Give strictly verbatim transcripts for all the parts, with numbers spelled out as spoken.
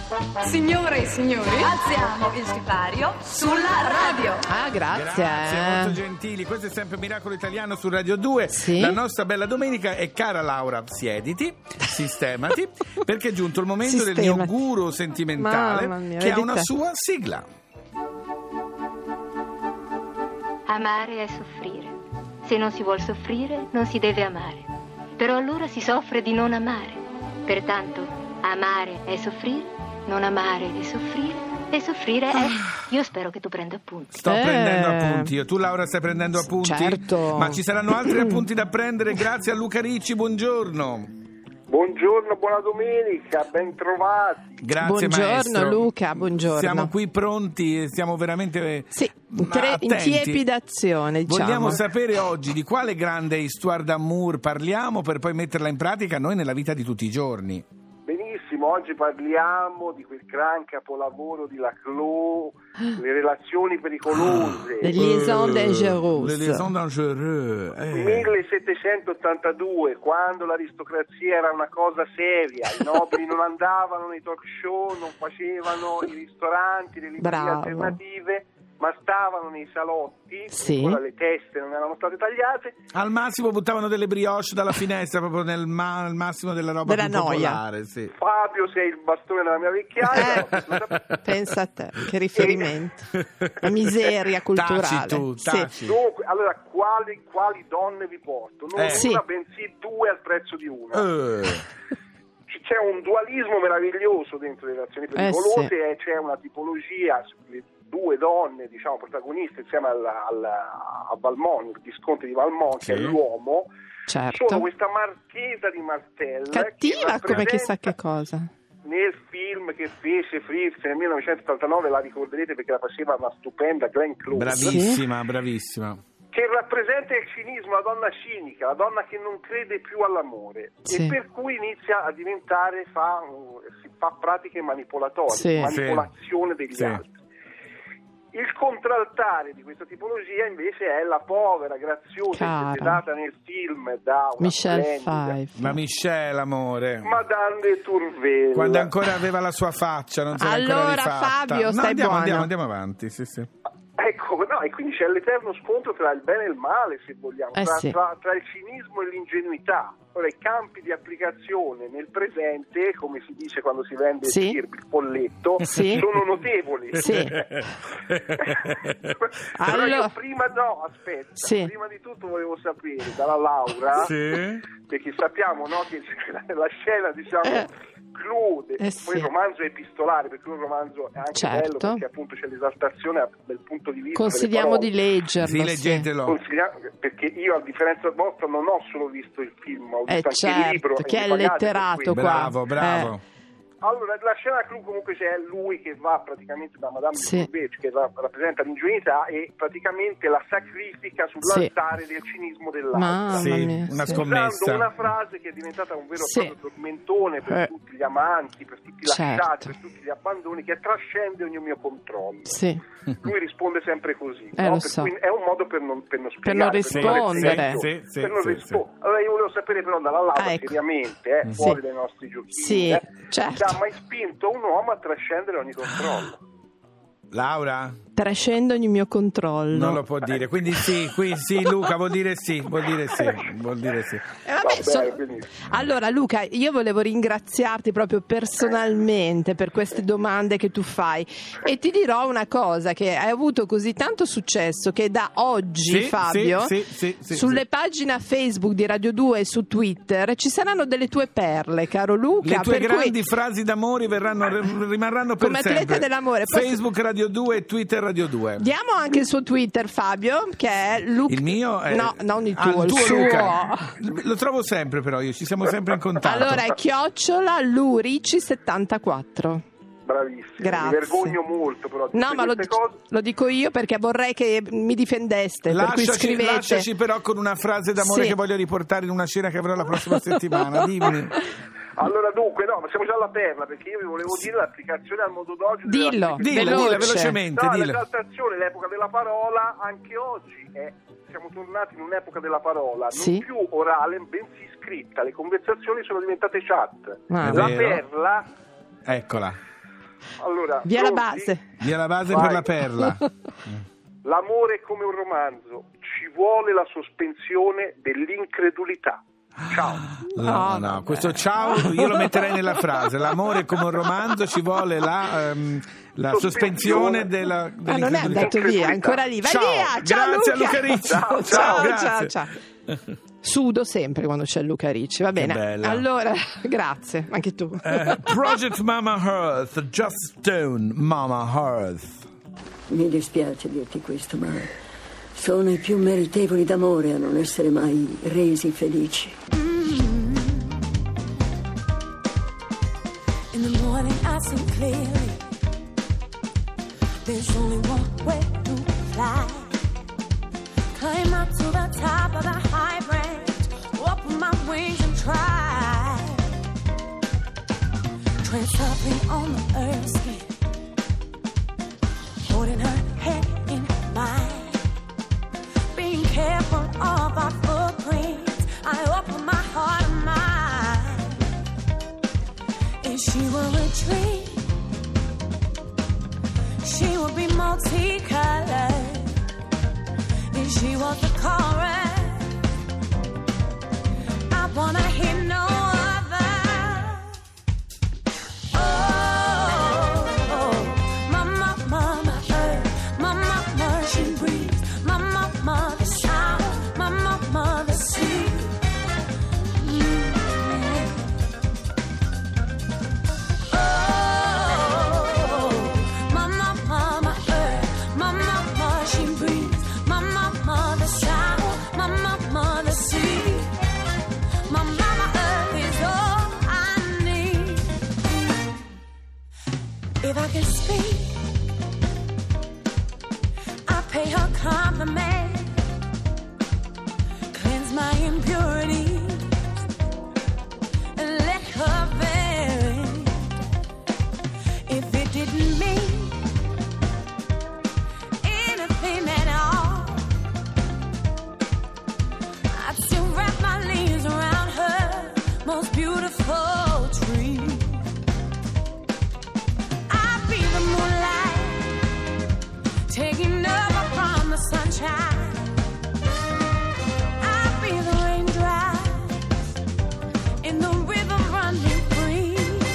Signore e signori, alziamo il sipario sulla radio. Ah, grazie. Grazie, molto gentili. Questo è sempre Miracolo Italiano su Radio due. Sì. La nostra bella domenica. E cara Laura, siediti, sistemati, perché è giunto il momento del mio Sistemati. guru sentimentale, Mamma mia, che vedi ha una te. sua sigla. Amare è soffrire. Se non si vuol soffrire, non si deve amare. Però allora si soffre di non amare. Pertanto, amare è soffrire, non amare è soffrire, e soffrire è... Io spero che tu prenda appunti. Sto Eh. prendendo appunti. Io. Tu, Laura, stai prendendo appunti? Certo. Ma ci saranno altri appunti da prendere. Grazie a Luca Ricci, buongiorno. Buongiorno, buona domenica, ben trovati. Grazie, Buongiorno, maestro. Luca, buongiorno. Siamo qui pronti, stiamo veramente Sì, in, tre- in attenti. tiepidazione, diciamo. Vogliamo sapere oggi di quale grande histoire d'amour parliamo per poi metterla in pratica noi nella vita di tutti i giorni. Benissimo, oggi parliamo di quel gran capolavoro di Laclos, le relazioni pericolose. Le liaisons Eh, dangereuses. Le liaisons dangereuses. eh. millesettecentottantadue, quando l'aristocrazia era una cosa seria, i nobili non andavano nei talk show, non facevano i ristoranti, le librerie Bravo. alternative, ma stavano nei salotti, Sì. ancora le teste non erano state tagliate. Al massimo buttavano delle brioche dalla finestra, proprio nel ma- al massimo della roba Della più noia. popolare. Sì. Fabio, sei il bastone della mia vecchiaia. Eh, pensa a te, che riferimento. La miseria culturale. Taci tu, Sì. taci. Dunque, allora, quali, quali donne vi porto? Non Eh. una, Sì. bensì due al prezzo di una. Eh. C'è un dualismo meraviglioso dentro le relazioni pericolose, sì. e c'è una tipologia, le due donne, diciamo, protagoniste insieme alla, alla, a Valmont, il visconte di Valmont, che Sì. è l'uomo, Certo. sono questa marchesa di Martel, Cattiva che come chissà rappresenta- che cosa. nel film che fece Fritz nel millenovecentottantanove, la ricorderete perché la faceva una stupenda Glenn Close, Bravissima, bravissima. che rappresenta il cinismo, la donna cinica, la donna che non crede più all'amore, Sì. e per cui inizia a diventare, fa, si fa pratiche manipolatorie, Sì. manipolazione degli Sì. altri. Il contraltare di questa tipologia invece è la povera, graziosa, Cara. interpretata nel film da una Michelle splendida Pfeiffer. Ma Michelle, amore. Madame de Tourvel. Quando ancora aveva la sua faccia, non si era ancora Allora, rifatta. Fabio, no, stai andiamo, buono. andiamo, andiamo avanti, sì, sì. Ecco, no, e quindi c'è l'eterno scontro tra il bene e il male, se vogliamo, Eh tra, sì. tra- tra il cinismo e l'ingenuità. Ora, i campi di applicazione nel presente, come si dice quando si vende Sì. il kirby, il polletto, Sì. sono notevoli. Sì. Però Allora- io prima, no, aspetta, Sì. prima di tutto volevo sapere dalla Laura, Sì. perché sappiamo, no, che la scena, diciamo, Eh. clou, de- Eh poi sì. il romanzo è epistolare, perché un romanzo è anche Certo. bello, perché appunto c'è l'esaltazione del punto di vista Consigliamo delle di parole. leggerlo. Sì, sì. leggetelo. Consigliamo- perché io, a differenza vostra, non ho solo visto il film, ho Eh visto anche il certo, libro, e chi mi è pagate per letterato questo. qua? Bravo, bravo. Eh. Allora, la scena clou comunque c'è lui che va praticamente da Madame Sì. de Tourvel, che ra- rappresenta l'ingenuità, e praticamente la sacrifica sull'altare del cinismo dell'altro. Mamma Sì, mia, una sì. scommessa. Usando una frase che è diventata un vero e Sì. proprio tormentone per Eh. tutti gli amanti, per tutti i Certo. lasciati, per tutti gli abbandoni, che trascende ogni mio controllo. Sì. Lui risponde sempre così, Eh, no? lo Per so. cui è un modo per non, per non Per non spiegare, rispondere. Sì, sì, per non sì, rispondere. Allora io volevo sapere però dalla Laura, Ah, ecco. seriamente, eh, Sì. fuori dai nostri giochini, Sì, eh, certo. ti ha mai spinto un uomo a trascendere ogni controllo? Laura? Trascendo ogni mio controllo. Non lo può dire, quindi sì, qui sì, Luca, vuol dire sì, vuol dire sì, vuol dire sì. Eh, vabbè, Va so- bene, benissimo. Allora Luca, io volevo ringraziarti proprio personalmente per queste domande che tu fai, e ti dirò una cosa, che hai avuto così tanto successo che da oggi, Sì, Fabio, sì, sì, sì, sì, sulle sì. pagine Facebook di Radio due e su Twitter ci saranno delle tue perle, caro Luca. Le tue per grandi cui, frasi d'amore verranno, rimarranno per Come sempre. atleta dell'amore, posso- Facebook Radio due e Twitter Radio due. diamo anche il suo Twitter, Fabio, che è Luca. Il mio è... No, non il Ah, tuo, il suo. Luca. Lo trovo sempre però io, ci siamo sempre in contatto. Allora è chiocciola Lurici settantaquattro. Bravissimo, Grazie. mi vergogno molto però di No, tutte ma lo, queste cose. lo dico io perché vorrei che mi difendeste, per cui Lasciaci, scrivete. lasciaci però con una frase d'amore Sì. che voglio riportare in una scena che avrò la prossima settimana. Dimmi. Allora dunque, no, ma siamo già alla perla, perché io vi volevo dire l'applicazione al modo d'oggi. Dillo, Dillo, veloce. dillo velocemente, No, dillo. l'esaltazione, l'epoca della parola, anche oggi è, siamo tornati in un'epoca della parola, Sì. non più orale, bensì scritta. Le conversazioni sono diventate chat. Ah, La vero. perla Eccola. Allora, Via la pronti? base. Via la base Vai. per la perla. L'amore è come un romanzo, ci vuole la sospensione dell'incredulità. Ciao. No, no, questo ciao io lo metterei nella frase. L'amore è come un romanzo, ci vuole la, ehm, la sospensione della, Ma non è dell'incredulità. andato via, ancora lì. Vai Ciao, via, ciao grazie Luca. a Luca Ricci. Ciao, ciao, grazie. ciao, ciao. Sudo sempre quando c'è Luca Ricci, va bene. bella. Allora, grazie, anche tu. Eh, Project Mama Earth, Just Stone Mama Earth. Mi dispiace dirti questo, ma sono i più meritevoli d'amore a non essere mai resi felici. In the morning I see clearly there's only one way to fly. Climb up to the top of the high branch, open my wings and try. Tread softly on the earth's skin, holding her head in mine. Being careful of our footprints, I open my heart and mind. If she were a dream, she would be multicolored. If she was the chorus, I wanna hear no other. Oh, oh, mama, mama, earth, mama, mama, she breathes, mama, mama, the sound, mama, mama, the sea. If I could speak, I pay her compliment, cleanse my impurities, and let her vary. If it didn't mean anything at all, I'd still wrap my leaves around her most beautiful tree. Taking over from the sunshine, I'll be the raindrops in the river running free.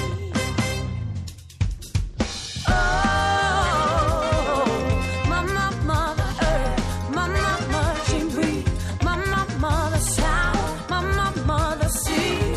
Oh, mama, mother earth, mama, mother she breathes, mama, mother sound, mama, mother sea.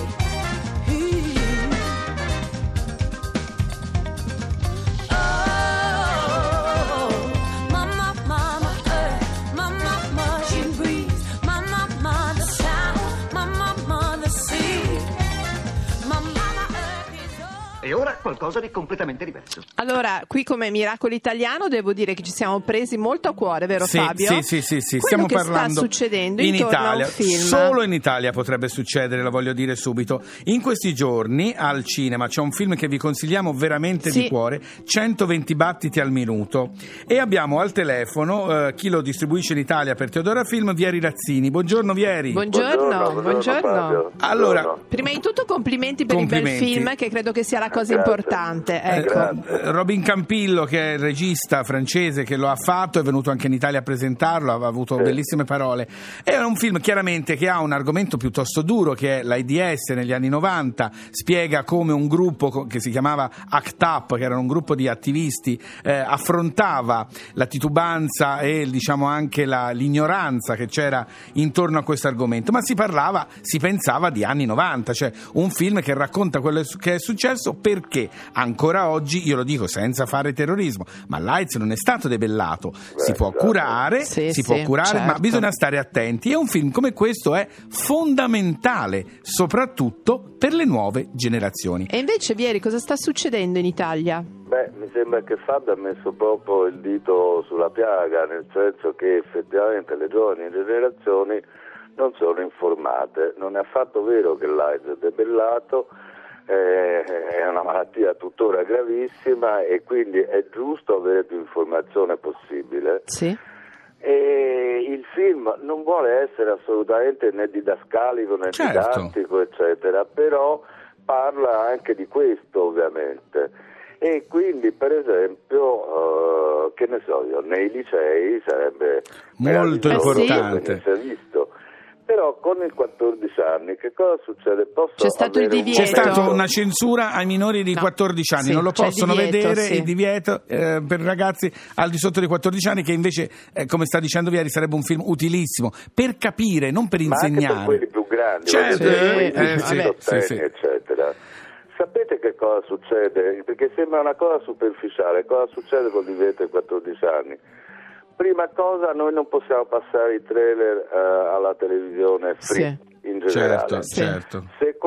E ora qualcosa di completamente diverso. Allora, qui come Miracolo Italiano devo dire che ci siamo presi molto a cuore, vero Sì, Fabio? sì, sì, sì, sì. Quello Stiamo che parlando sta succedendo in intorno Italia. a un film. Solo in Italia potrebbe succedere, lo voglio dire subito. In questi giorni al cinema c'è un film che vi consigliamo veramente Sì. di cuore, centoventi battiti al minuto. E abbiamo al telefono eh, chi lo distribuisce in Italia per Teodora Film, Vieri Razzini. Buongiorno Vieri. Buongiorno, buongiorno. Fabio. Allora, Buongiorno. Prima di tutto complimenti per Complimenti. il bel film, che credo che sia la cosa Grazie. importante. Eh, Ecco. eh, Robin Campillo, che è il regista francese che lo ha fatto, è venuto anche in Italia a presentarlo, aveva avuto Sì. bellissime parole. È un film chiaramente che ha un argomento piuttosto duro, che è l'AIDS negli anni novanta, spiega come un gruppo co- che si chiamava ACT UP, che era un gruppo di attivisti, eh, affrontava la titubanza e diciamo anche la, l'ignoranza che c'era intorno a questo argomento, ma si parlava, si pensava di anni novanta, cioè un film che racconta quello che è successo, perché ancora oggi, io lo dico senza fare terrorismo, ma l'AIDS non è stato debellato, si può curare, Sì, si sì, può curare, ma certo. bisogna stare attenti, e un film come questo è fondamentale, soprattutto per le nuove generazioni. E invece, Vieri, cosa sta succedendo in Italia? Beh, mi sembra che Fabio ha messo proprio il dito sulla piaga, nel senso che effettivamente le giovani generazioni non sono informate. Non è affatto vero che l'AIDS è debellato, eh, è una malattia tuttora gravissima e quindi è giusto avere più informazione possibile. Sì. E il film non vuole essere assolutamente né didascalico né Certo. didattico, eccetera, però parla anche di questo, ovviamente. E quindi, per esempio, uh, che ne so io, nei licei sarebbe molto importante. Si è visto. Però con i quattordici anni che cosa succede? Posso C'è stato il divieto. C'è stata una censura ai minori di no. quattordici anni, sì, non lo possono divieto, vedere, sì. il divieto eh, per ragazzi al di sotto dei quattordici anni, che invece, eh, come sta dicendo Vieri, sarebbe un film utilissimo per capire, non per insegnare. Ma anche per quelli più grandi, certo, sì, eh, eh, sì, sì, sì. eccetera. Sapete che cosa succede? Perché sembra una cosa superficiale. Cosa succede col divieto ai quattordici anni? Prima cosa, noi non possiamo passare i trailer uh, alla televisione free, sì. in generale. Certo, sì. certo.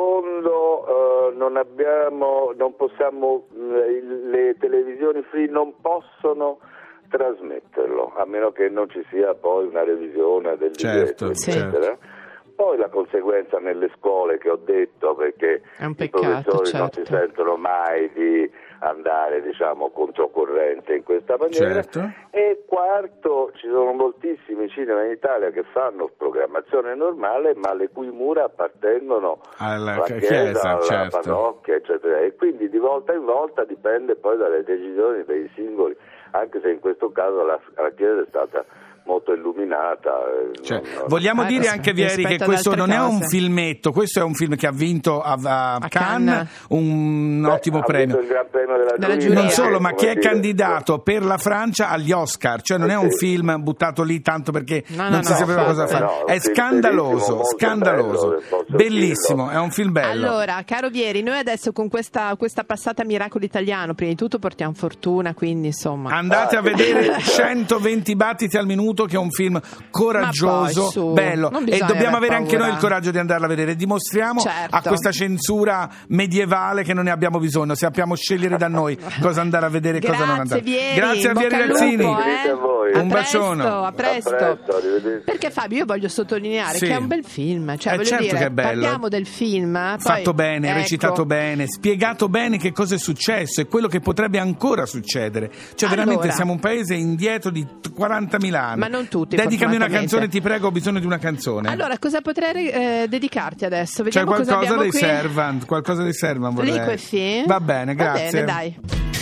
Secondo, uh, non abbiamo, non possiamo, le televisioni free non possono trasmetterlo, a meno che non ci sia poi una revisione del certo, divieto, sì. eccetera. Poi la conseguenza nelle scuole che ho detto, perché peccato, i professori certo. non si sentono mai di andare, diciamo, controcorrente in questa maniera. Certo. E quarto, ci sono moltissimi cinema in Italia che fanno programmazione normale, ma le cui mura appartengono alla, alla chiesa, chiesa, alla certo. parrocchia, eccetera. E quindi di volta in volta dipende poi dalle decisioni dei singoli, anche se in questo caso la, la chiesa è stata molto illuminata. Cioè, non, vogliamo ah, dire anche, Vieri, che questo non cose. è un filmetto, questo è un film che ha vinto a, a, a Cannes, Cannes un Beh, ottimo ha premio. vinto il Gran Premio della, della giuria. Non solo, ma che è dire, candidato per la Francia agli Oscar, cioè non è un film buttato lì tanto perché no, no, non si no, sapeva no, cosa no, fare. no, È scandaloso, scandaloso, bello, bellissimo, è un film bello. Allora, caro Vieri, noi adesso con questa, questa passata Miracolo Italiano, prima di tutto portiamo fortuna, quindi insomma... Andate Ah, a vedere centoventi battiti al minuto, che è un film coraggioso, poi, su, bello, e dobbiamo avere paura. anche noi il coraggio di andarla a vedere. Dimostriamo certo. a questa censura medievale che non ne abbiamo bisogno, sappiamo scegliere da noi cosa andare a vedere e cosa non andare. Vieri, Grazie a Vieri Razzini, lupo, eh? a voi. un a presto, bacione. a presto. A presto, perché Fabio, io voglio sottolineare Sì. che è un bel film, cioè Eh, voglio certo dire, che è bello. parliamo del film, poi, Fatto bene, ecco, recitato bene, spiegato bene che cosa è successo e quello che potrebbe ancora succedere. Cioè Allora, veramente siamo un paese indietro di quarantamila anni. Ma non tutti, Dedicami una fortunatamente. canzone, ti prego, ho bisogno di una canzone. Allora, cosa potrei eh, dedicarti adesso? C'è Vediamo cosa qualcosa abbiamo dei qui. Servant, qualcosa dei Servant vorrei. Liquefin? Va bene, grazie. Va bene, dai.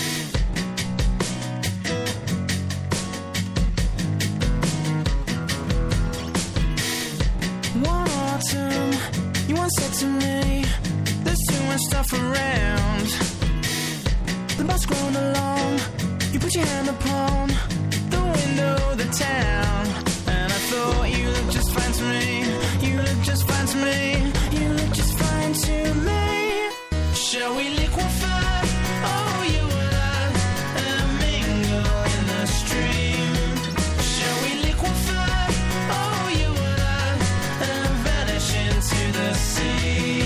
One autumn, you once said to me, there's too much stuff around. The bus grown along, you put your hand upon the window of the town, and I thought you looked just fine to me. You look just fine to me. You look just fine to me. Shall we liquefy? Oh, you and I, and mingle in the stream. Shall we liquefy? Oh, you and I, and vanish into the sea.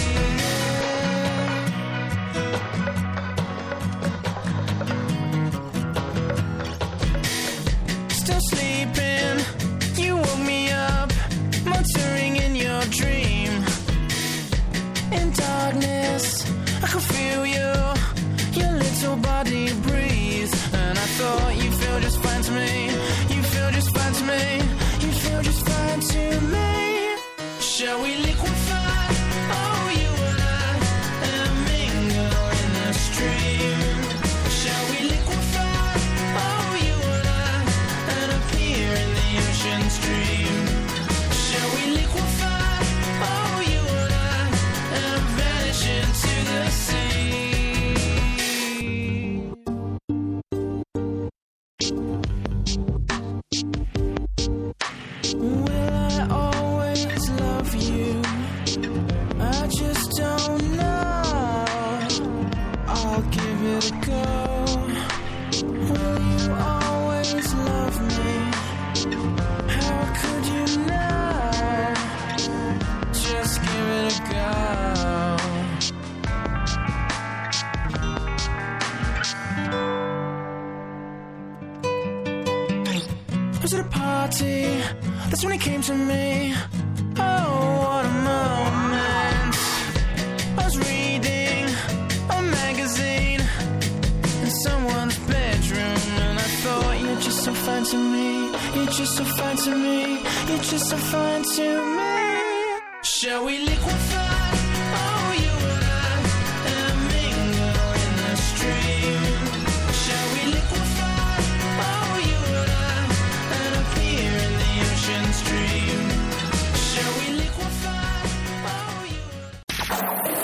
Still sleeping, you woke me up, muttering in your dream. In darkness, I could feel you, your little body breathe, and I thought you feel just fine to me. You feel just fine to me. You feel just fine to me. Shall we liquefy? Oh, you and I, and mingle in the stream. Shall we liquefy? Oh, you and I, and appear in the ocean stream. Shall we liquefy? Oh, you and I, and vanish into the sea. Will I always love you? I just don't know. I'll give it a go. Will you always love me? How could you know? Just give it a go. I was at a party, that's when it came to me. Oh, what a moment. I was reading a magazine in someone's bedroom, and I thought, you're just so fine to me. You're just so fine to me. You're just so fine to me. Shall we liquefy? Oh, you and I, and mingle in the stream. Thank you.